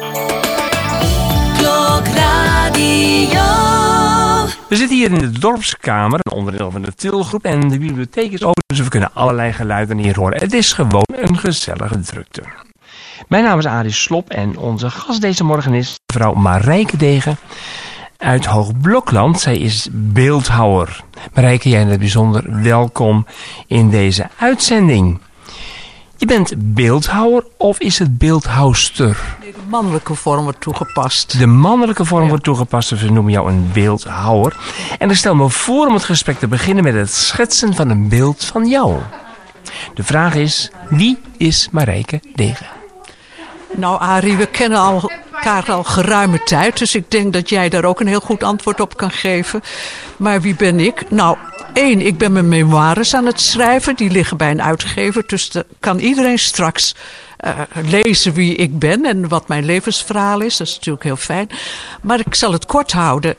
We zitten hier in de dorpskamer, een onderdeel van de Tilgroep. En de bibliotheek is open, dus we kunnen allerlei geluiden hier horen. Het is gewoon een gezellige drukte. Mijn naam is Arie Slop en onze gast deze morgen is mevrouw Marijke Degen uit Hoogblokland. Zij is beeldhouwer. Marijke, jij in het bijzonder welkom in deze uitzending. Je bent beeldhouwer of is het beeldhouwster? Nee, de mannelijke vorm wordt toegepast. De mannelijke vorm wordt toegepast, dus we noemen jou een beeldhouwer. En ik stel me voor om het gesprek te beginnen met het schetsen van een beeld van jou. De vraag is, wie is Marijke Degen? Nou Arie, we kennen elkaar al geruime tijd, dus ik denk dat jij daar ook een heel goed antwoord op kan geven. Maar wie ben ik? Nou, ik ben mijn memoires aan het schrijven, die liggen bij een uitgever, dus dan kan iedereen straks lezen wie ik ben en wat mijn levensverhaal is. Dat is natuurlijk heel fijn. Maar ik zal het kort houden.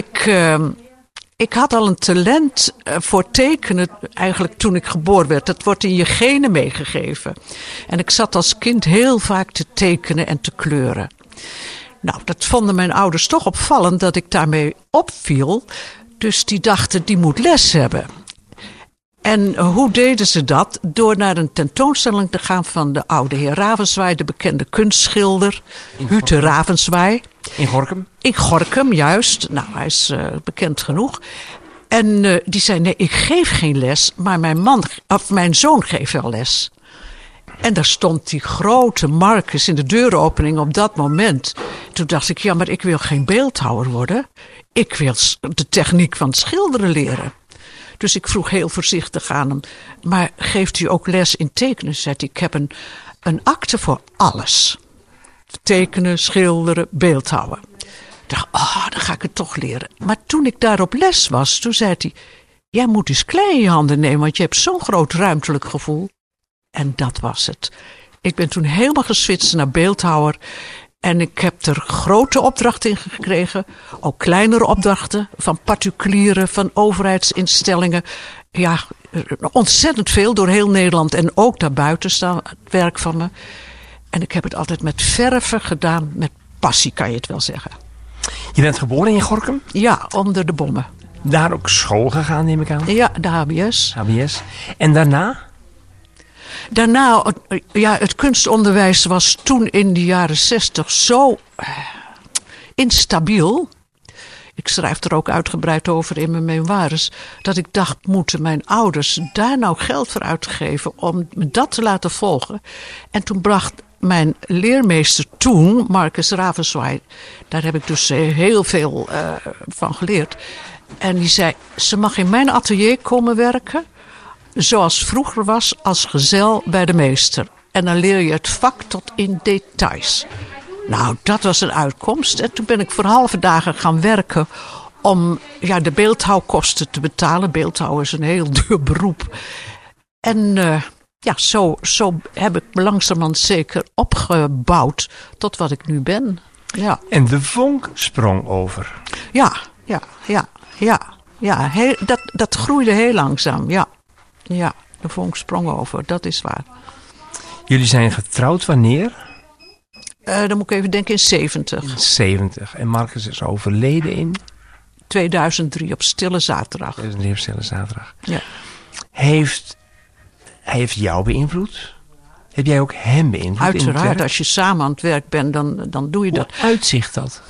Ik had al een talent voor tekenen eigenlijk toen ik geboren werd. Dat wordt in je genen meegegeven. En ik zat als kind heel vaak te tekenen en te kleuren. Nou, dat vonden mijn ouders toch opvallend dat ik daarmee opviel. Dus die dachten, die moet les hebben. En hoe deden ze dat? Door naar een tentoonstelling te gaan van de oude heer Ravenswaay, de bekende kunstschilder, Huute Ravenswaay. In Gorinchem? In Gorinchem, juist. Nou, hij is bekend genoeg. En die zei, nee, ik geef geen les, maar mijn zoon geeft wel les. En daar stond die grote Marcus in de deuropening op dat moment. Toen dacht ik, ja, maar ik wil geen beeldhouwer worden. Ik wil de techniek van het schilderen leren. Dus ik vroeg heel voorzichtig aan hem, maar geeft u ook les in tekenen? Zei hij, ik heb een akte voor alles. Tekenen, schilderen, beeldhouwen. Ik dacht, dan ga ik het toch leren. Maar toen ik daar op les was, toen zei hij, jij moet eens klei in je handen nemen, want je hebt zo'n groot ruimtelijk gevoel. En dat was het. Ik ben toen helemaal geswitst naar beeldhouwer. En ik heb er grote opdrachten in gekregen. Ook kleinere opdrachten van particulieren, van overheidsinstellingen. Ja, ontzettend veel door heel Nederland. En ook daarbuiten staan het werk van me. En ik heb het altijd met verven gedaan. Met passie kan je het wel zeggen. Je bent geboren in Gorinchem? Ja, onder de bommen. Daar ook school gegaan, neem ik aan? Ja, de HBS. HBS. En daarna? Daarna, ja, het kunstonderwijs was toen in de jaren 60 zo instabiel. Ik schrijf er ook uitgebreid over in mijn memoires. Dat ik dacht, moeten mijn ouders daar nou geld voor uitgeven om me dat te laten volgen? En toen bracht mijn leermeester toen, Marcus Ravenswaay, daar heb ik dus heel veel van geleerd. En die zei, ze mag in mijn atelier komen werken, zoals vroeger was, als gezel bij de meester. En dan leer je het vak tot in details. Nou, dat was een uitkomst. En toen ben ik voor halve dagen gaan werken om de beeldhouwkosten te betalen. Beeldhouwen is een heel duur beroep. En zo heb ik me langzamerhand zeker opgebouwd tot wat ik nu ben. Ja. En de vonk sprong over. Ja. Dat groeide heel langzaam, ja. Ja, de vonk sprong over, dat is waar. Jullie zijn getrouwd wanneer? Dan moet ik even denken, in 70. 70. En Marcus is overleden in? 2003 op Stille Zaterdag. 2003 op Stille Zaterdag. Ja. Hij heeft jou beïnvloed? Heb jij ook hem beïnvloed? Uiteraard, als je samen aan het werk bent, dan doe je dat. Hoe uitzicht dat?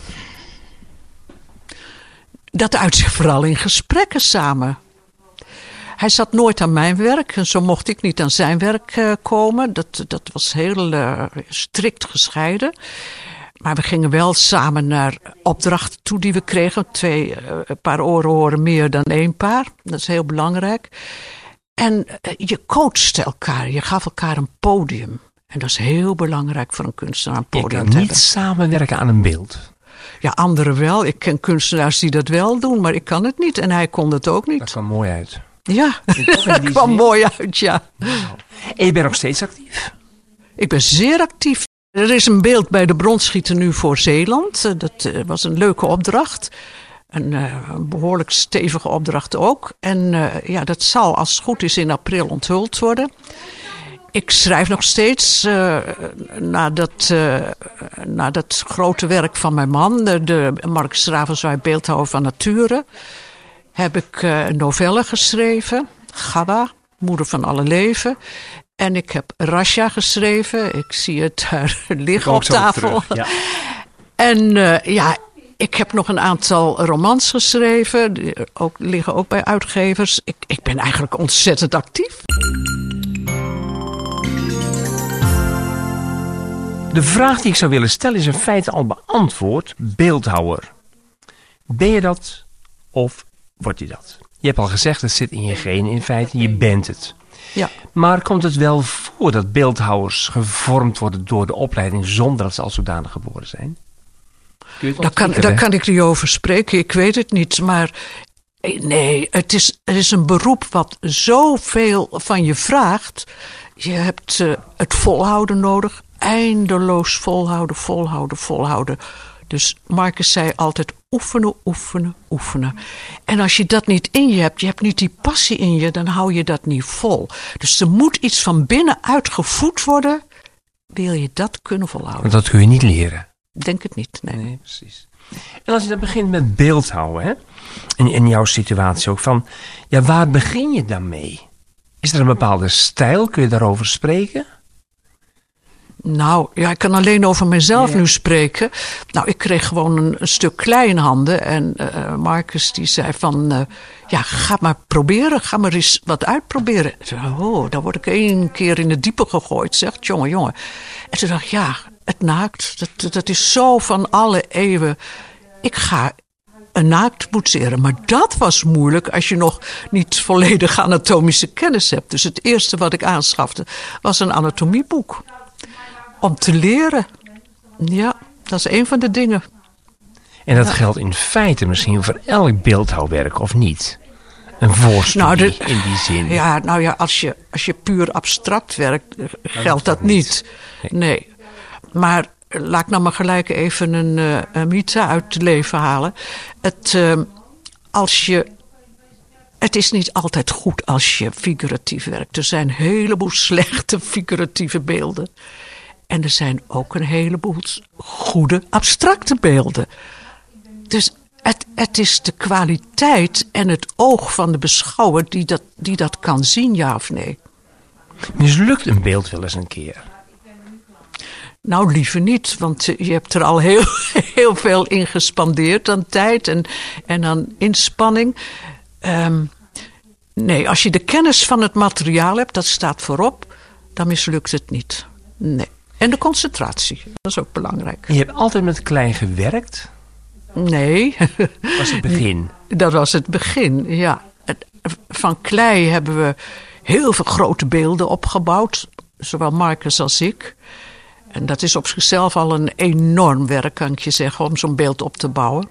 Dat uitzicht vooral in gesprekken samen. Hij zat nooit aan mijn werk en zo mocht ik niet aan zijn werk komen. Dat was heel strikt gescheiden. Maar we gingen wel samen naar opdrachten toe die we kregen. Een paar oren horen meer dan één paar. Dat is heel belangrijk. En je coachte elkaar. Je gaf elkaar een podium. En dat is heel belangrijk voor een kunstenaar, een podium te hebben. Je kan niet samenwerken aan een beeld. Ja, anderen wel. Ik ken kunstenaars die dat wel doen, maar ik kan het niet. En hij kon het ook niet. Dat kwam mooi uit. Ja, dat kwam mooi uit, ja. Wow. En je bent nog steeds actief? Ik ben zeer actief. Er is een beeld bij de bronschieten nu voor Zeeland. Dat was een leuke opdracht. Een behoorlijk stevige opdracht ook. En dat zal, als het goed is, in april onthuld worden. Ik schrijf nog steeds na dat grote werk van mijn man, de Marcus Ravenswaaij beeldhouwer van nature, heb ik een novelle geschreven, Gabba, moeder van alle leven. En ik heb Rasja geschreven, ik zie het daar liggen op tafel. Ja. En ik heb nog een aantal romans geschreven, die liggen ook bij uitgevers. Ik ben eigenlijk ontzettend actief. De vraag die ik zou willen stellen is in feite al beantwoord. Beeldhouwer. Ben je dat of word je dat? Je hebt al gezegd, het zit in je genen in feite. Je bent het. Ja. Maar komt het wel voor dat beeldhouwers gevormd worden door de opleiding zonder dat ze als zodanig geboren zijn? Daar kan ik niet over spreken. Ik weet het niet. Maar nee, het is een beroep wat zoveel van je vraagt. Je hebt het volhouden nodig. Eindeloos volhouden. Dus Marcus zei altijd oefenen. En als je dat niet in je hebt niet die passie in je, dan hou je dat niet vol. Dus er moet iets van binnenuit gevoed worden, wil je dat kunnen volhouden. Want dat kun je niet leren. Denk het niet, nee. Precies. En als je dan begint met beeldhouden, hè? In jouw situatie ook, van, ja, waar begin je dan mee? Is er een bepaalde stijl? Kun je daarover spreken? Nou, ja, ik kan alleen over mezelf nu spreken. Nou, ik kreeg gewoon een stuk klei in handen. En Marcus die zei van, ga maar proberen. Ga maar eens wat uitproberen. Dan word ik 1 keer in het diepe gegooid, zegt jongen. En toen dacht ik, het naakt. Dat is zo van alle eeuwen. Ik ga een naakt boetseren. Maar dat was moeilijk als je nog niet volledig anatomische kennis hebt. Dus het eerste wat ik aanschafte was een anatomieboek. Om te leren. Ja, dat is een van de dingen. En dat geldt in feite misschien voor elk beeldhouwwerk, of niet? Een voorstudie in die zin. Ja, nou ja, als je puur abstract werkt, geldt dat niet. Nee. Maar laat ik nou maar gelijk even een mythe uit het leven halen. Het is niet altijd goed als je figuratief werkt. Er zijn een heleboel slechte figuratieve beelden. En er zijn ook een heleboel goede abstracte beelden. Dus het is de kwaliteit en het oog van de beschouwer die dat kan zien, ja of nee. Mislukt een beeld wel eens een keer? Nou, liever niet, want je hebt er al heel veel in gespandeerd aan tijd en aan inspanning. Nee, als je de kennis van het materiaal hebt, dat staat voorop, dan mislukt het niet. Nee. En de concentratie, dat is ook belangrijk. Je hebt altijd met klei gewerkt? Nee. Dat was het begin? Dat was het begin, ja. Van klei hebben we heel veel grote beelden opgebouwd. Zowel Marcus als ik. En dat is op zichzelf al een enorm werk, kan ik je zeggen, om zo'n beeld op te bouwen.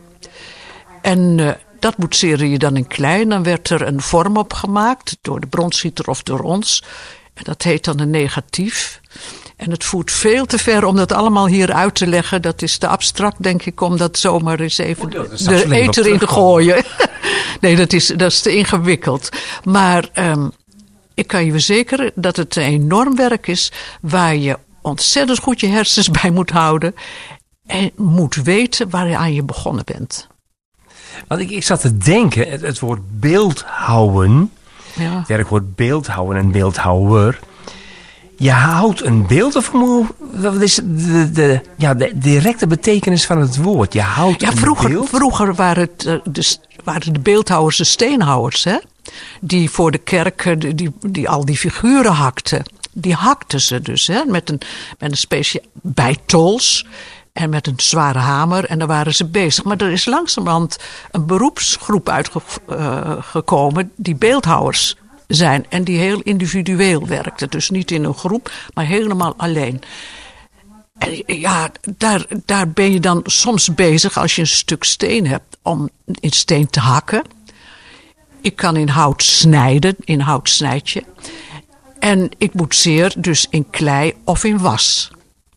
En dat boetseerde je dan in klei. En dan werd er een vorm opgemaakt door de bronsschieter of door ons. En dat heet dan een negatief. En het voert veel te ver om dat allemaal hier uit te leggen. Dat is te abstract, denk ik, om dat zomaar eens even de eter in te gooien. Nee, dat is te ingewikkeld. Maar ik kan je verzekeren dat het een enorm werk is waar je ontzettend goed je hersens bij moet houden. En moet weten waaraan je begonnen bent. Want ik zat te denken, het woord beeldhouden. Ja. Het werkwoord beeldhouden en beeldhouwer. Je houdt een beeld, of wat is de directe betekenis van het woord? Je houdt een beeld? Vroeger waren de beeldhouwers de steenhouwers, hè? Die voor de kerk die al die figuren hakten. Die hakten ze dus, hè? Met een speciaal bijtols en met een zware hamer. En daar waren ze bezig. Maar er is langzamerhand een beroepsgroep uitgekomen die beeldhouwers zijn. En die heel individueel werkten. Dus niet in een groep, maar helemaal alleen. En ja, daar ben je dan soms bezig als je een stuk steen hebt om in steen te hakken. Ik kan in hout snijden, in houtsnijdje. En ik boetseer dus in klei of in was.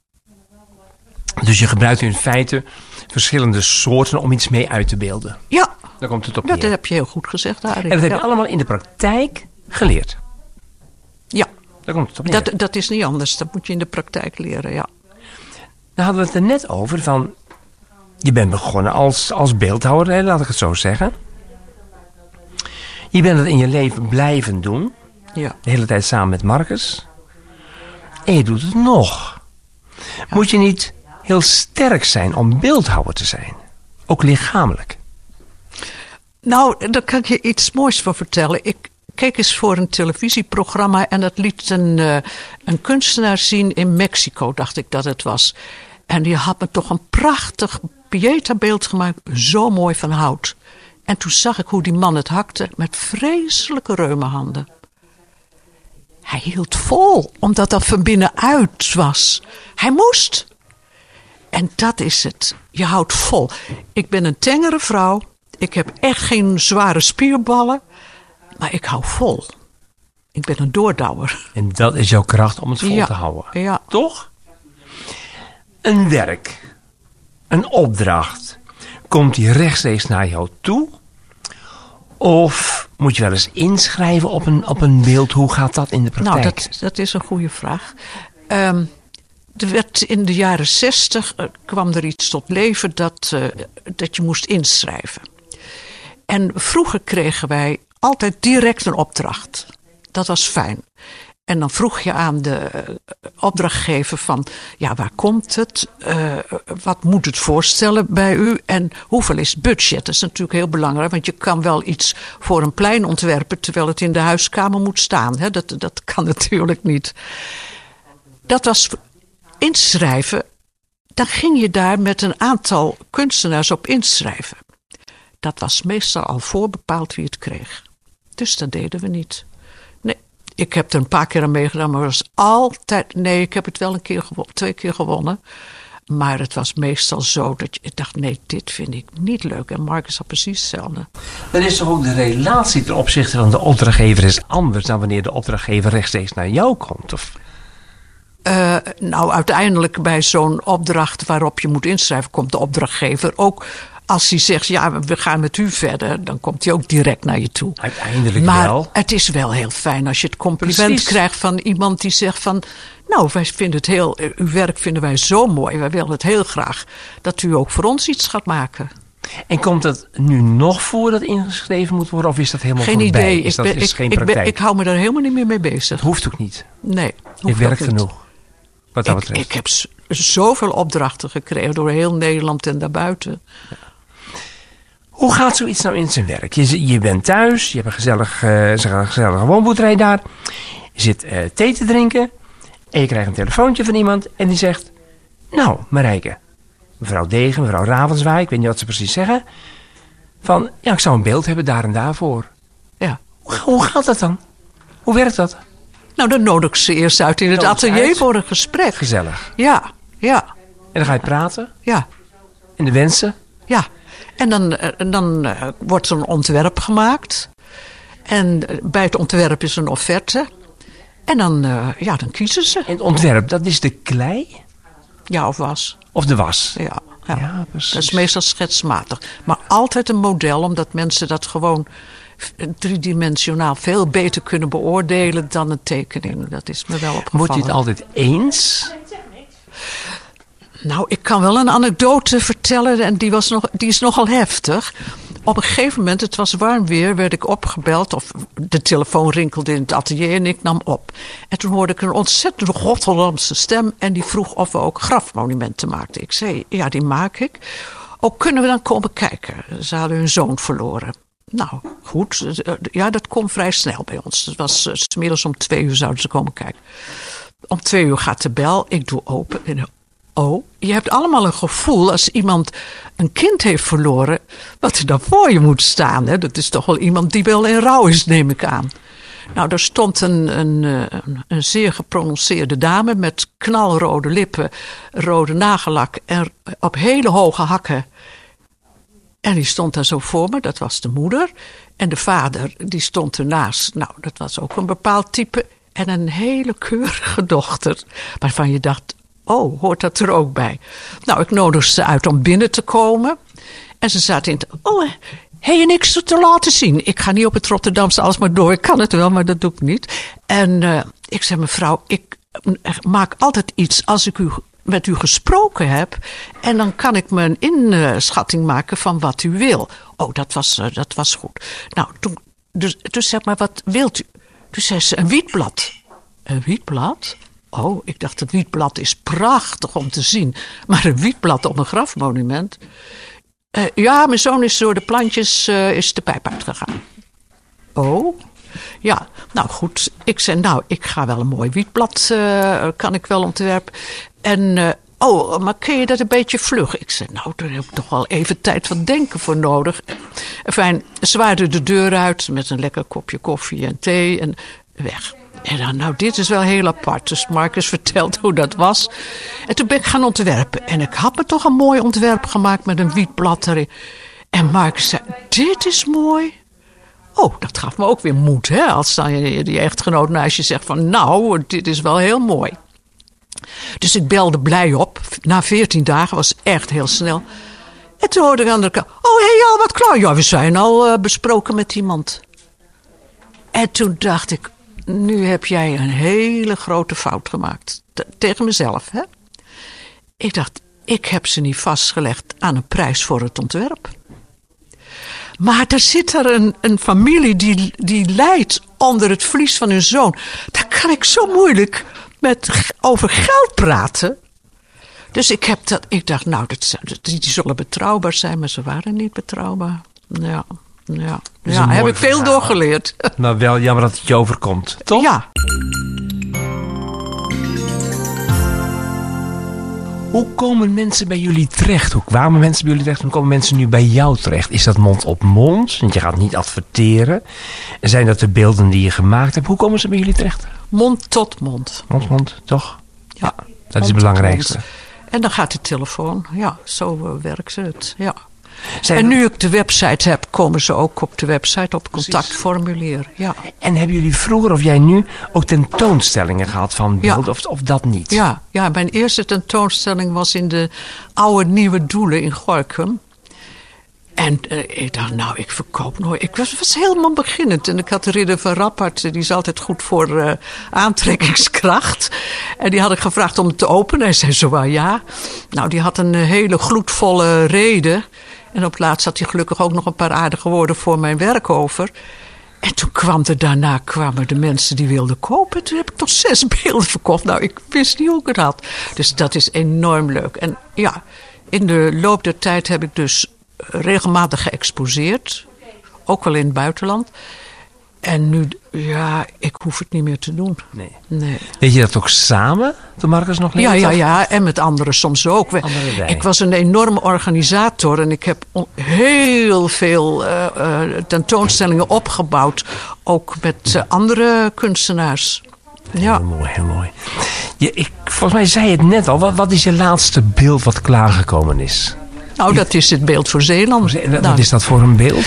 Dus je gebruikt in feite verschillende soorten om iets mee uit te beelden. Ja, daar komt het op neer. Dat heb je heel goed gezegd, Arie. En dat heb je allemaal in de praktijk geleerd. Ja. Daar komt het op neer. Dat is niet anders. Dat moet je in de praktijk leren, ja. Dan hadden we het er net over van... Je bent begonnen als beeldhouwer, hè, laat ik het zo zeggen. Je bent het in je leven blijven doen. Ja. De hele tijd samen met Marcus. En je doet het nog. Ja. Moet je niet heel sterk zijn om beeldhouwer te zijn? Ook lichamelijk. Nou, daar kan ik je iets moois van vertellen. Ik keek eens voor een televisieprogramma en dat liet een kunstenaar zien in Mexico, dacht ik dat het was. En die had me toch een prachtig Pieta-beeld gemaakt, zo mooi van hout. En toen zag ik hoe die man het hakte met vreselijke reumahanden. Hij hield vol, omdat dat van binnenuit was. Hij moest. En dat is het. Je houdt vol. Ik ben een tengere vrouw. Ik heb echt geen zware spierballen. Maar ik hou vol. Ik ben een doordouwer. En dat is jouw kracht om het vol te houden. Ja. Toch? Een werk. Een opdracht. Komt die rechtstreeks naar jou toe? Of moet je wel eens inschrijven op een beeld? Hoe gaat dat in de praktijk? Nou, dat is een goede vraag. Er werd in de jaren 60 kwam er iets tot leven dat je moest inschrijven. En vroeger kregen wij altijd direct een opdracht. Dat was fijn. En dan vroeg je aan de opdrachtgever van... ja, waar komt het? Wat moet het voorstellen bij u? En hoeveel is het budget? Dat is natuurlijk heel belangrijk. Want je kan wel iets voor een plein ontwerpen... terwijl het in de huiskamer moet staan. Hè? Dat kan natuurlijk niet. Dat was inschrijven. Dan ging je daar met een aantal kunstenaars op inschrijven. Dat was meestal al voorbepaald wie het kreeg. Dus dat deden we niet. Nee, ik heb er een paar keer aan meegedaan, maar het was altijd... Nee, ik heb het wel 2 keer gewonnen. Maar het was meestal zo dat ik dacht, nee, dit vind ik niet leuk. En Marcus had precies hetzelfde. Dan is toch ook de relatie ten opzichte van de opdrachtgever is anders... dan wanneer de opdrachtgever rechtstreeks naar jou komt, of... Nou, uiteindelijk bij zo'n opdracht waarop je moet inschrijven... komt de opdrachtgever ook... Als hij zegt, ja, we gaan met u verder... dan komt hij ook direct naar je toe. Uiteindelijk maar wel. Het is wel heel fijn als je het compliment krijgt van iemand die zegt van... nou, wij vinden het uw werk vinden wij zo mooi. Wij willen het heel graag dat u ook voor ons iets gaat maken. En komt het nu nog voor dat ingeschreven moet worden? Of is dat helemaal geen voorbij? Idee. Is geen praktijk? Ik hou me daar helemaal niet meer mee bezig. Hoeft ook niet. Nee, je werkt genoeg. Wat dat betreft. Ik heb zoveel opdrachten gekregen door heel Nederland en daarbuiten. Ja. Hoe gaat zoiets nou in zijn werk? Je bent thuis, je hebt een gezellige woonboerderij daar. Je zit thee te drinken en je krijgt een telefoontje van iemand en die zegt... Nou, Marijke, mevrouw Degen, mevrouw Ravenswaai, ik weet niet wat ze precies zeggen... van, ja, ik zou een beeld hebben daar en daarvoor. Ja. Hoe gaat dat dan? Hoe werkt dat? Nou, dan nodig ik ze eerst uit in het atelier voor een gesprek. Gezellig. Ja. En dan ga je praten? Ja. En de wensen? Ja. En dan wordt er een ontwerp gemaakt. En bij het ontwerp is een offerte. En dan kiezen ze. En het ontwerp, dat is de klei? Ja, of was. Of de was? Ja, precies. Dat is meestal schetsmatig. Maar altijd een model, omdat mensen dat gewoon... driedimensionaal veel beter kunnen beoordelen dan een tekening. Dat is me wel opgevallen. Word je het altijd eens? Nou, ik kan wel een anekdote vertellen en die is nogal heftig. Op een gegeven moment, het was warm weer, werd ik opgebeld... of de telefoon rinkelde in het atelier en ik nam op. En toen hoorde ik een ontzettend Rotterdamse stem... en die vroeg of we ook grafmonumenten maakten. Ik zei, ja, die maak ik. Ook kunnen we dan komen kijken? Ze hadden hun zoon verloren. Nou, goed. Ja, dat komt vrij snel bij ons. Het was 's middags om 2 uur zouden ze komen kijken. Om 2 uur gaat de bel. Ik doe open. En je hebt allemaal een gevoel als iemand een kind heeft verloren... wat er dan voor je moet staan. Hè? Dat is toch wel iemand die wel in rouw is, neem ik aan. Nou, daar stond een zeer geprononceerde dame... met knalrode lippen, rode nagellak en op hele hoge hakken... En die stond daar zo voor me, dat was de moeder. En de vader, die stond ernaast. Nou, dat was ook een bepaald type. En een hele keurige dochter. Waarvan je dacht, hoort dat er ook bij? Nou, ik nodigde ze uit om binnen te komen. En ze zaten heb je niks te laten zien? Ik ga niet op het Rotterdamse alsmaar door. Ik kan het wel, maar dat doe ik niet. En ik zei, mevrouw, ik maak altijd iets als ik met u gesproken heb. En dan kan ik me een inschatting maken van wat u wil. Oh, dat was goed. Nou, dus zeg maar, wat wilt u? Toen zei ze, een wietblad. Een wietblad? Oh, ik dacht, een wietblad is prachtig om te zien. Maar een wietblad op een grafmonument? Ja, mijn zoon is door de plantjes is de pijp uitgegaan. Oh, ja, nou goed. Ik zei, ik ga wel een mooi wietblad, kan ik wel ontwerpen. En, maar kun je dat een beetje vlug? Ik zei, daar heb ik toch wel even tijd van denken voor nodig. Enfin, ze waren de deur uit met een lekker kopje koffie en thee en weg. En dan, dit is wel heel apart. Dus Marcus vertelt hoe dat was. En toen ben ik gaan ontwerpen. En ik had me toch een mooi ontwerp gemaakt met een wietblad erin. En Marcus zei, dit is mooi. Oh, dat gaf me ook weer moed, hè. Als dan die echtgenoot naast je zegt van, dit is wel heel mooi. Dus ik belde blij op. Na 14 dagen, was echt heel snel. En toen hoorde ik aan de kant, al wat klaar? Ja, we zijn al besproken met iemand. En toen dacht ik, nu heb jij een hele grote fout gemaakt. Tegen mezelf, hè? Ik dacht, ik heb ze niet vastgelegd aan een prijs voor het ontwerp. Maar er zit een familie die lijdt onder het verlies van hun zoon. Daar kan ik zo moeilijk over geld praten. Dus ik dacht, die zullen betrouwbaar zijn, maar ze waren niet betrouwbaar. Ja, heb ik veel doorgeleerd. Maar wel jammer dat het je overkomt, toch? Ja. Hoe komen mensen bij jullie terecht? Hoe kwamen mensen bij jullie terecht? Hoe komen mensen nu bij jou terecht? Is dat mond op mond? Want je gaat niet adverteren. En zijn dat de beelden die je gemaakt hebt? Hoe komen ze bij jullie terecht? Mond tot mond. Mond tot mond, toch? Ja. Dat is het belangrijkste. En dan gaat de telefoon. Ja, zo werkt het. Ja. En nu ik de website heb, komen ze ook op de website op contactformulier. Ja. En hebben jullie vroeger of jij nu ook tentoonstellingen gehad van beelden of dat niet? Ja, mijn eerste tentoonstelling was in de oude Nieuwe Doelen in Gorinchem. En ik dacht, ik verkoop nooit. Ik was helemaal beginnend. En ik had de Ridder van Rappard, die is altijd goed voor aantrekkingskracht. En die had ik gevraagd om het te openen. Hij zei zo ja. Nou, die had een hele gloedvolle reden. En op het laatst had hij gelukkig ook nog een paar aardige woorden voor mijn werk over. En toen kwamen de mensen die wilden kopen. Toen heb ik nog 6 beelden verkocht. Nou, ik wist niet hoe ik het had. Dus dat is enorm leuk. En ja, in de loop der tijd heb ik dus regelmatig geëxposeerd. Ook wel in het buitenland. En nu, ik hoef het niet meer te doen. Nee. Weet je dat ook samen, toen Marcus nog leefde? Ja, en met anderen soms ook. Ik was een enorme organisator en ik heb heel veel tentoonstellingen opgebouwd. Ook met andere kunstenaars. Ja. Heel mooi. Volgens mij zei je het net al. Wat is je laatste beeld wat klaargekomen is? Nou, dat is het beeld voor Zeeland. Wat is dat voor een beeld?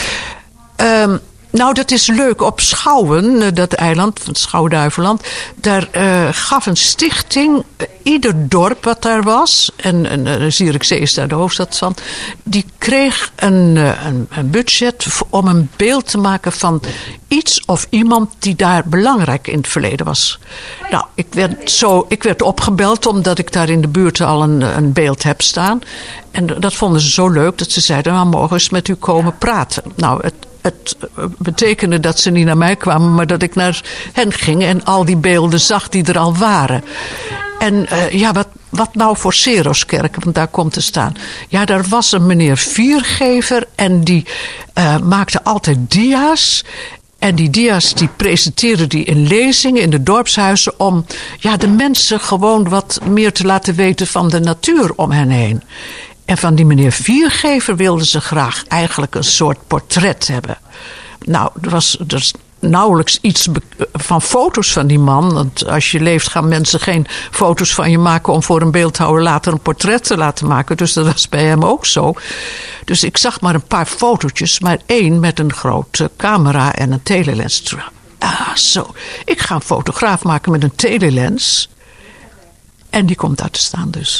Dat is leuk. Op Schouwen, dat eiland, van Schouwduiveland, daar gaf een stichting, ieder dorp wat daar was, en Zierikzee is daar de hoofdstad van, die kreeg een budget om een beeld te maken van iets of iemand die daar belangrijk in het verleden was. Nou, ik werd opgebeld omdat ik daar in de buurt al een beeld heb staan. En dat vonden ze zo leuk dat ze zeiden, nou, mogen eens met u komen praten. Nou, het betekende dat ze niet naar mij kwamen, maar dat ik naar hen ging en al die beelden zag die er al waren. En wat nou voor Seroskerk, want daar komt te staan. Ja, daar was een meneer Viergever en die maakte altijd dia's. En die dia's die presenteerde die in lezingen in de dorpshuizen om de mensen gewoon wat meer te laten weten van de natuur om hen heen. En van die meneer Viergever wilden ze graag eigenlijk een soort portret hebben. Nou, er was nauwelijks iets van foto's van die man. Want als je leeft gaan mensen geen foto's van je maken om voor een beeldhouwer later een portret te laten maken. Dus dat was bij hem ook zo. Dus ik zag maar een paar fotootjes, maar 1 met een grote camera en een telelens. Zo. Ik ga een fotograaf maken met een telelens. En die komt daar te staan dus.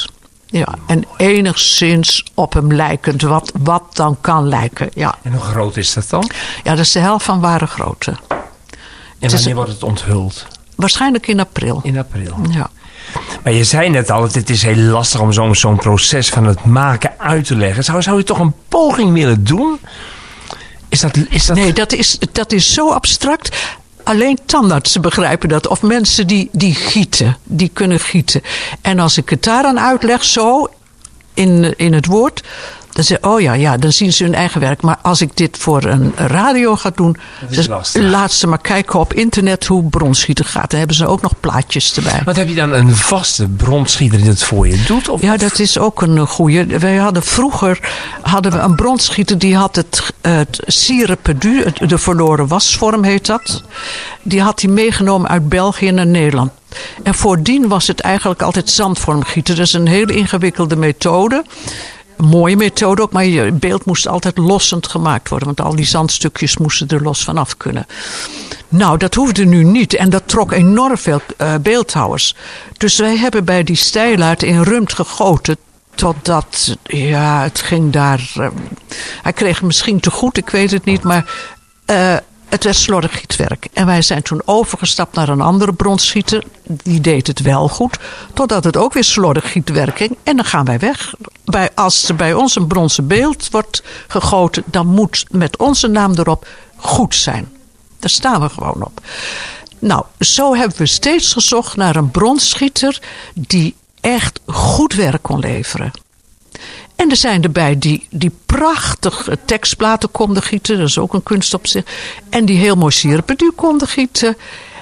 Ja, en enigszins op hem lijkend, wat dan kan lijken. Ja. En hoe groot is dat dan? Ja, dat is de helft van ware grootte. En wanneer wordt het onthuld? Waarschijnlijk in april. In april. Ja. Maar je zei net al, het is heel lastig om zo'n proces van het maken uit te leggen. Zou je toch een poging willen doen? Is dat... Nee, dat is zo abstract. Alleen tandartsen begrijpen dat. Of mensen die gieten, die kunnen gieten. En als ik het daaraan uitleg, zo in het woord, dan zeggen dan zien ze hun eigen werk. Maar als ik dit voor een radio ga doen, laat ze maar kijken op internet hoe bronschieten gaat. Dan hebben ze ook nog plaatjes erbij. Wat heb je dan een vaste bronsschieter die het voor je doet? Of? Ja, dat is ook een goeie. Wij hadden vroeger een bronsschieter die had het cire perdu, de verloren wasvorm heet dat. Die had hij meegenomen uit België naar Nederland. En voordien was het eigenlijk altijd zandvormgieten. Dat is een hele ingewikkelde methode. Een mooie methode ook, maar je beeld moest altijd lossend gemaakt worden. Want al die zandstukjes moesten er los vanaf kunnen. Nou, dat hoefde nu niet. En dat trok enorm veel beeldhouwers. Dus wij hebben bij die stijlaard in Rumpt gegoten. Totdat, het ging daar... hij kreeg het misschien te goed, ik weet het niet. Maar het werd slordig gietwerk. En wij zijn toen overgestapt naar een andere bronsschieter. Die deed het wel goed. Totdat het ook weer slordig gietwerk ging. En dan gaan wij weg. Als er bij ons een bronzen beeld wordt gegoten, dan moet met onze naam erop goed zijn. Daar staan we gewoon op. Nou, zo hebben we steeds gezocht naar een bronsschieter die echt goed werk kon leveren. En er zijn erbij die prachtig tekstplaten konden gieten. Dat is ook een kunst op zich. En die heel mooi cire perdu konden gieten.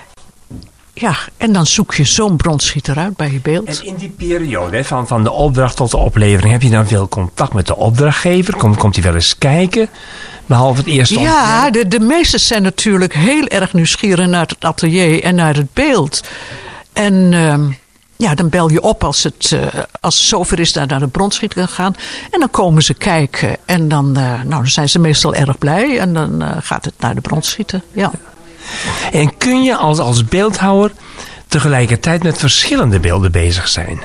Ja, en dan zoek je zo'n bronsschieter uit bij je beeld. En in die periode, van de opdracht tot de oplevering, heb je dan veel contact met de opdrachtgever? Komt hij wel eens kijken? Behalve het eerste Ja, de meesten zijn natuurlijk heel erg nieuwsgierig naar het atelier en naar het beeld. En dan bel je op als het zover is naar de bronsschieter gaan. En dan komen ze kijken. En dan zijn ze meestal erg blij. En dan gaat het naar de bronsschieter, ja. En kun je als beeldhouwer tegelijkertijd met verschillende beelden bezig zijn?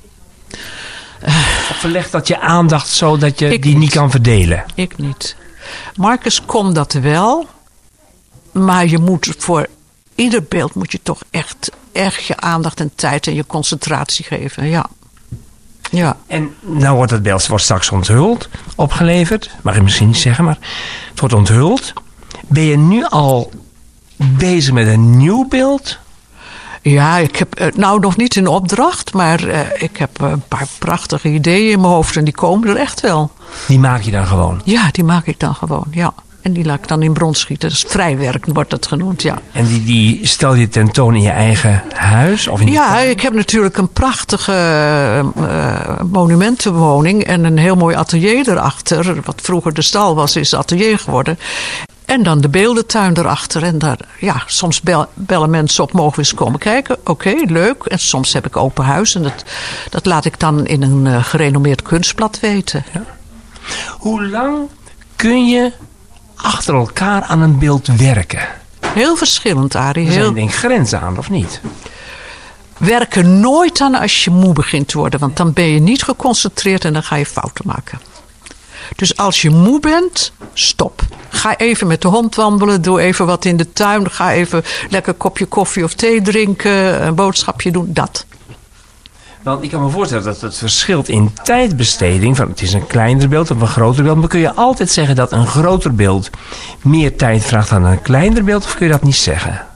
Of verlegt dat je aandacht zo dat je die niet kan verdelen? Ik niet. Marcus kon dat wel. Maar je moet voor ieder beeld moet je toch echt je aandacht en tijd en je concentratie geven. Ja. Ja. En nou wordt het beeld straks onthuld, opgeleverd. Mag ik misschien niet zeggen, maar het wordt onthuld. Ben je nu al bezig met een nieuw beeld? Ja, ik heb nog niet in opdracht, maar ik heb een paar prachtige ideeën in mijn hoofd en die komen er echt wel. Die maak je dan gewoon? Ja, die maak ik dan gewoon, ja. En die laat ik dan in brons schieten. Dat is vrijwerk, wordt dat genoemd, ja. En die stel je tentoon in je eigen huis? Of in ik heb natuurlijk een prachtige monumentenwoning en een heel mooi atelier erachter. Wat vroeger de stal was, is atelier geworden. En dan de beeldentuin erachter. En daar, soms bellen mensen op, mogen we eens komen kijken. Oké, leuk. En soms heb ik open huis. En dat laat ik dan in een gerenommeerd kunstblad weten. Ja. Hoe lang kun je achter elkaar aan een beeld werken? Heel verschillend, Arie. Er zijn denk ik grenzen aan, of niet? Werk er nooit aan als je moe begint te worden. Want dan ben je niet geconcentreerd en dan ga je fouten maken. Dus als je moe bent, stop. Ga even met de hond wandelen. Doe even wat in de tuin. Ga even lekker een kopje koffie of thee drinken. Een boodschapje doen. Dat. Want ik kan me voorstellen dat het verschilt in tijdbesteding. Van het is een kleiner beeld of een groter beeld. Maar kun je altijd zeggen dat een groter beeld meer tijd vraagt dan een kleiner beeld? Of kun je dat niet zeggen?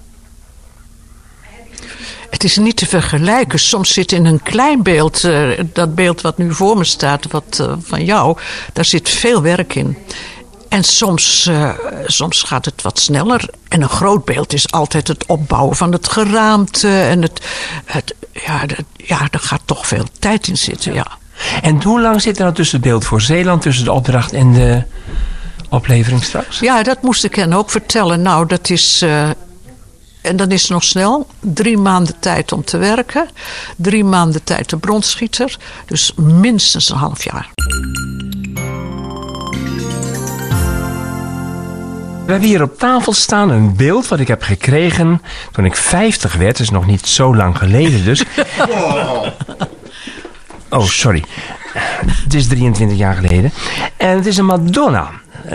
Het is niet te vergelijken. Soms zit in een klein beeld, dat beeld wat nu voor me staat, van jou, daar zit veel werk in. En soms gaat het wat sneller. En een groot beeld is altijd het opbouwen van het geraamte. En daar gaat toch veel tijd in zitten, ja. En hoe lang zit er nou tussen het beeld voor Zeeland, tussen de opdracht en de oplevering straks? Ja, dat moest ik hen ook vertellen. Nou, dat is... En dan is het nog snel. 3 maanden tijd om te werken. 3 maanden tijd de bronsschieter. Dus minstens een half jaar. We hebben hier op tafel staan een beeld wat ik heb gekregen toen ik 50 werd. Dat is nog niet zo lang geleden dus. Oh, sorry. Het is 23 jaar geleden. En het is een Madonna.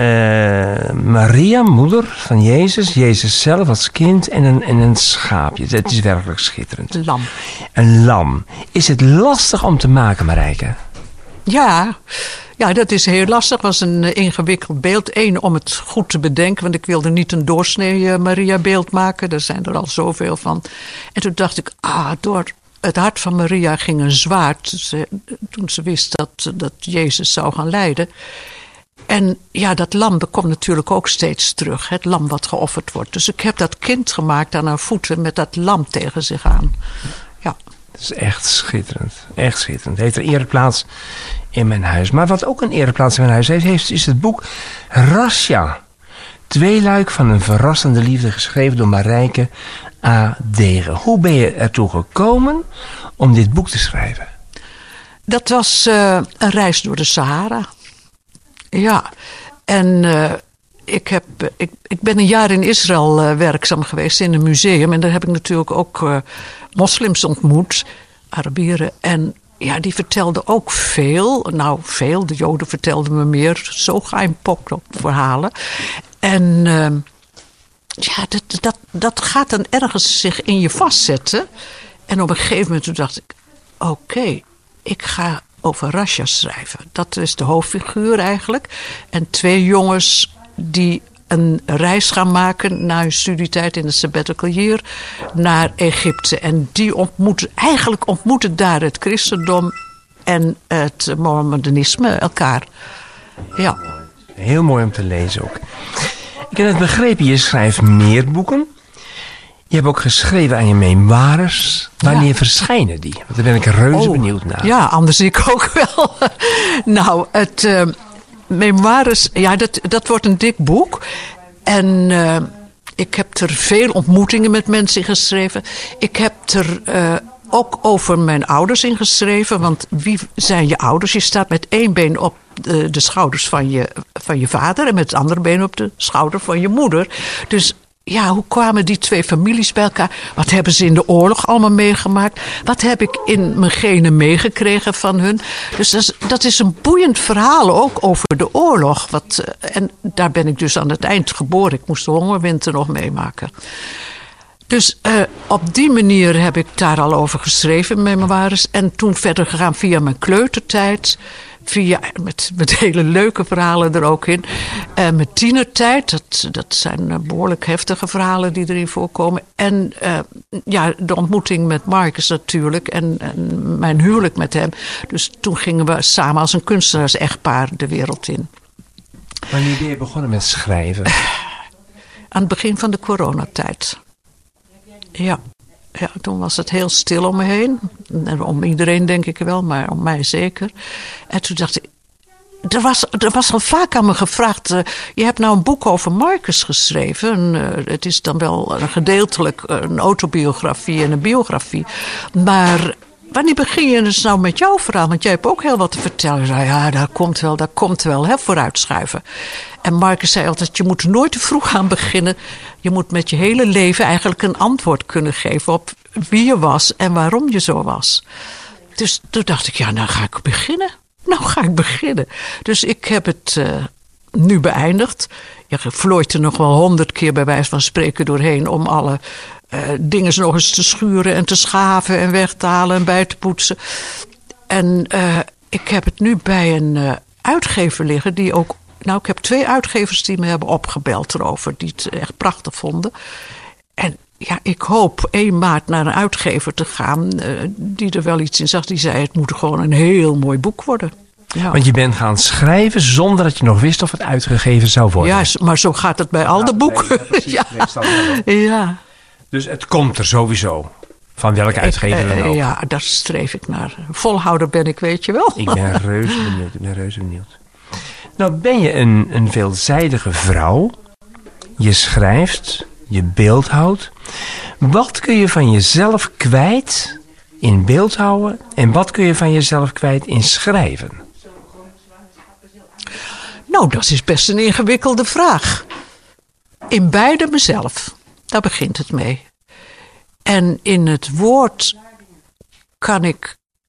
Maria, moeder van Jezus. Jezus zelf als kind en een schaapje. Het is werkelijk schitterend. Een lam. Een lam. Is het lastig om te maken, Marijke? Ja, dat is heel lastig. Het was een ingewikkeld beeld. Eén, om het goed te bedenken. Want ik wilde niet een doorsnee Maria-beeld maken. Daar zijn er al zoveel van. En toen dacht ik, door het hart van Maria ging een zwaard. Toen ze wist dat Jezus zou gaan lijden. En ja, dat lam, dat komt natuurlijk ook steeds terug. Het lam wat geofferd wordt. Dus ik heb dat kind gemaakt aan haar voeten met dat lam tegen zich aan. Ja. Dat is echt schitterend. Echt schitterend. Het heeft een ereplaats in mijn huis. Maar wat ook een ereplaats in mijn huis heeft, is het boek Rasja. Tweeluik van een verrassende liefde, geschreven door Marijke A. Degen. Hoe ben je ertoe gekomen om dit boek te schrijven? Dat was een reis door de Sahara. Ja, en ik ben een jaar in Israël werkzaam geweest in een museum. En daar heb ik natuurlijk ook moslims ontmoet, Arabieren. En ja, die vertelden ook veel. Nou, veel. De Joden vertelden me meer. Zo geheimpok op verhalen. En ja, dat gaat dan ergens zich in je vastzetten. En op een gegeven moment toen dacht ik, oké, ik ga over Rasja schrijven. Dat is de hoofdfiguur eigenlijk. En 2 jongens die een reis gaan maken na hun studietijd in de sabbatical year naar Egypte. En die ontmoeten daar het christendom en het Mohammedanisme elkaar. Ja. Heel mooi om te lezen ook. Ik heb het begrepen, je schrijft meer boeken. Je hebt ook geschreven aan je memoires. Wanneer verschijnen die? Want daar ben ik reuze benieuwd naar. Ja, anders ik ook wel. Nou, het memoires, ja, dat wordt een dik boek. En ik heb er veel ontmoetingen met mensen in geschreven. Ik heb er ook over mijn ouders in geschreven. Want wie zijn je ouders? Je staat met 1 been op de schouders van je vader en met het andere been op de schouder van je moeder. Dus ja, hoe kwamen die 2 families bij elkaar? Wat hebben ze in de oorlog allemaal meegemaakt? Wat heb ik in mijn genen meegekregen van hun? Dus dat is een boeiend verhaal ook over de oorlog. En daar ben ik dus aan het eind geboren. Ik moest de hongerwinter nog meemaken. Dus op die manier heb ik daar al over geschreven in memoires. En toen verder gegaan via mijn kleutertijd. Met hele leuke verhalen er ook in. Mijn tienertijd, dat zijn behoorlijk heftige verhalen die erin voorkomen. En ja, de ontmoeting met Marcus natuurlijk. En mijn huwelijk met hem. Dus toen gingen we samen als een kunstenaars-echtpaar de wereld in. Wanneer ben je begonnen met schrijven? Aan het begin van de coronatijd. Ja, toen was het heel stil om me heen. En om iedereen denk ik wel, maar om mij zeker. En toen dacht ik, er was al vaak aan me gevraagd. Je hebt nou een boek over Marcus geschreven. Het is dan wel gedeeltelijk een autobiografie en een biografie. Maar wanneer begin je dus nou met jouw verhaal? Want jij hebt ook heel wat te vertellen. Zei, ja, dat komt wel, hè, vooruitschuiven. En Marcus zei altijd, je moet er nooit te vroeg aan beginnen. Je moet met je hele leven eigenlijk een antwoord kunnen geven op wie je was en waarom je zo was. Dus toen dacht ik, ja, nou ga ik beginnen. Dus ik heb het nu beëindigd. Je vlooit er nog wel 100 keer bij wijze van spreken doorheen om alle dingen nog eens te schuren en te schaven en weg te halen en bij te poetsen. En ik heb het nu bij een uitgever liggen die ook. Nou, ik heb 2 uitgevers die me hebben opgebeld erover, die het echt prachtig vonden. En ja, ik hoop 1 maart naar een uitgever te gaan die er wel iets in zag. Die zei, het moet gewoon een heel mooi boek worden. Ja. Want je bent gaan schrijven zonder dat je nog wist of het uitgegeven zou worden. Ja, maar zo gaat het bij al de boeken. Ja. Dus het komt er sowieso. Van welke uitgever dan ook. Ja, daar streef ik naar. Volhouder ben ik, weet je wel. Ik ben reuze benieuwd. Nou ben je een veelzijdige vrouw. Je schrijft, je beeldhoudt. Wat kun je van jezelf kwijt in beeldhouden en wat kun je van jezelf kwijt in schrijven? Nou, dat is best een ingewikkelde vraag. In beide mezelf. Daar begint het mee. En in het woord kan ik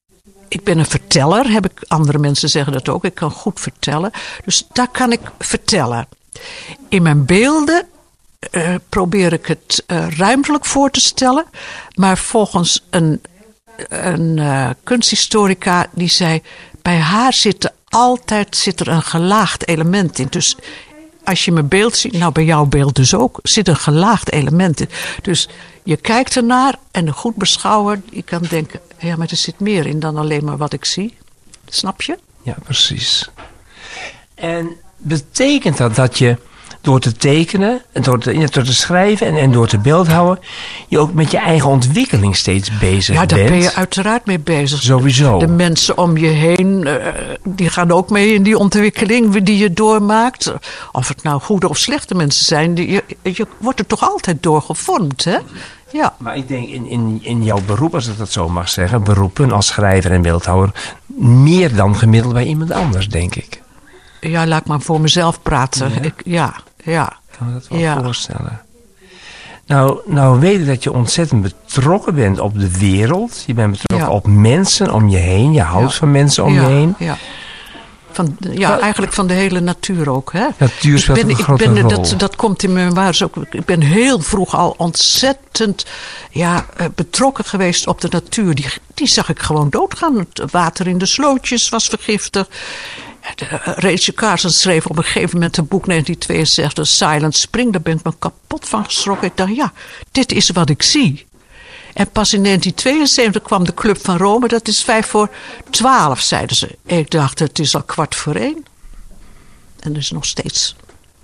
ik ben een verteller, andere mensen zeggen dat ook. Ik kan goed vertellen. Dus daar kan ik vertellen. In mijn beelden probeer ik het ruimtelijk voor te stellen. Maar volgens een kunsthistorica die zei, bij haar zit er een gelaagd element in. Dus als je mijn beeld ziet, nou bij jouw beeld dus ook, zit een gelaagd element in. Dus je kijkt ernaar en een goed beschouwer, die kan denken, ja, maar er zit meer in dan alleen maar wat ik zie. Snap je? Ja, precies. En betekent dat je door te tekenen, door te schrijven en door te beeldhouden, je ook met je eigen ontwikkeling steeds bezig bent? Ja, daar ben je uiteraard mee bezig. Sowieso. De mensen om je heen, die gaan ook mee in die ontwikkeling die je doormaakt. Of het nou goede of slechte mensen zijn, je wordt er toch altijd door gevormd, hè? Ja. Maar ik denk in jouw beroep, als ik dat zo mag zeggen, beroepen als schrijver en beeldhouwer, meer dan gemiddeld bij iemand anders, denk ik. Ja, laat ik maar voor mezelf praten. Ja? Ja. Ik kan me dat wel voorstellen. Nou weet ik dat je ontzettend betrokken bent op de wereld. Je bent betrokken op mensen om je heen. Je houdt van mensen om je heen. Ja. Eigenlijk van de hele natuur ook. Hè? Natuur speelt een grote rol. Dat komt in mijn waardes ook. Ik ben heel vroeg al ontzettend betrokken geweest op de natuur. Die zag ik gewoon doodgaan. Het water in de slootjes was vergiftigd. Rachel Carson schreef op een gegeven moment een boek 1962, Silent Spring. Daar ben ik me kapot van geschrokken. Ik dacht, ja, dit is wat ik zie. En pas in 1972 kwam de Club van Rome. Dat is 11:55, zeiden ze. Ik dacht, het is al 1:15. En dat is nog steeds.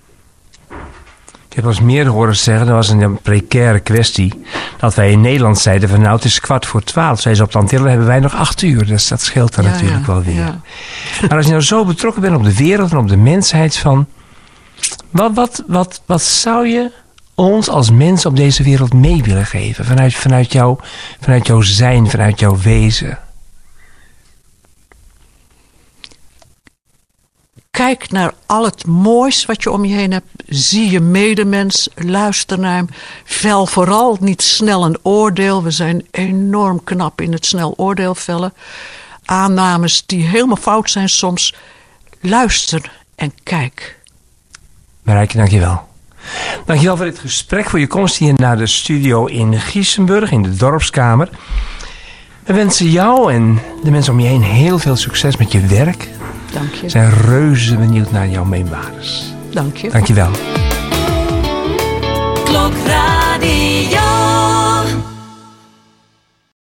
Ik heb wel eens meer horen zeggen, dat was een precaire kwestie, dat wij in Nederland zeiden van nou, het is 11:15. Zij ze op de Antillen hebben wij nog 8 uur. Dus dat scheelt dan natuurlijk wel weer. Ja. Maar als je nou zo betrokken bent op de wereld en op de mensheid van, wat zou je ons als mensen op deze wereld mee willen geven? Vanuit jouw zijn, vanuit jouw wezen. Kijk naar al het moois wat je om je heen hebt. Zie je medemens, luister naar hem. Vel vooral niet snel een oordeel. We zijn enorm knap in het snel oordeel vellen. Aannames die helemaal fout zijn soms. Luister en kijk. Marijke, dankjewel. Dankjewel voor dit gesprek, voor je komst hier naar de studio in Giesenburg, in de Dorpskamer. We wensen jou en de mensen om je heen heel veel succes met je werk. Dank je. We zijn reuze benieuwd naar jouw memoires. Dank je. Dankjewel. Klokradio.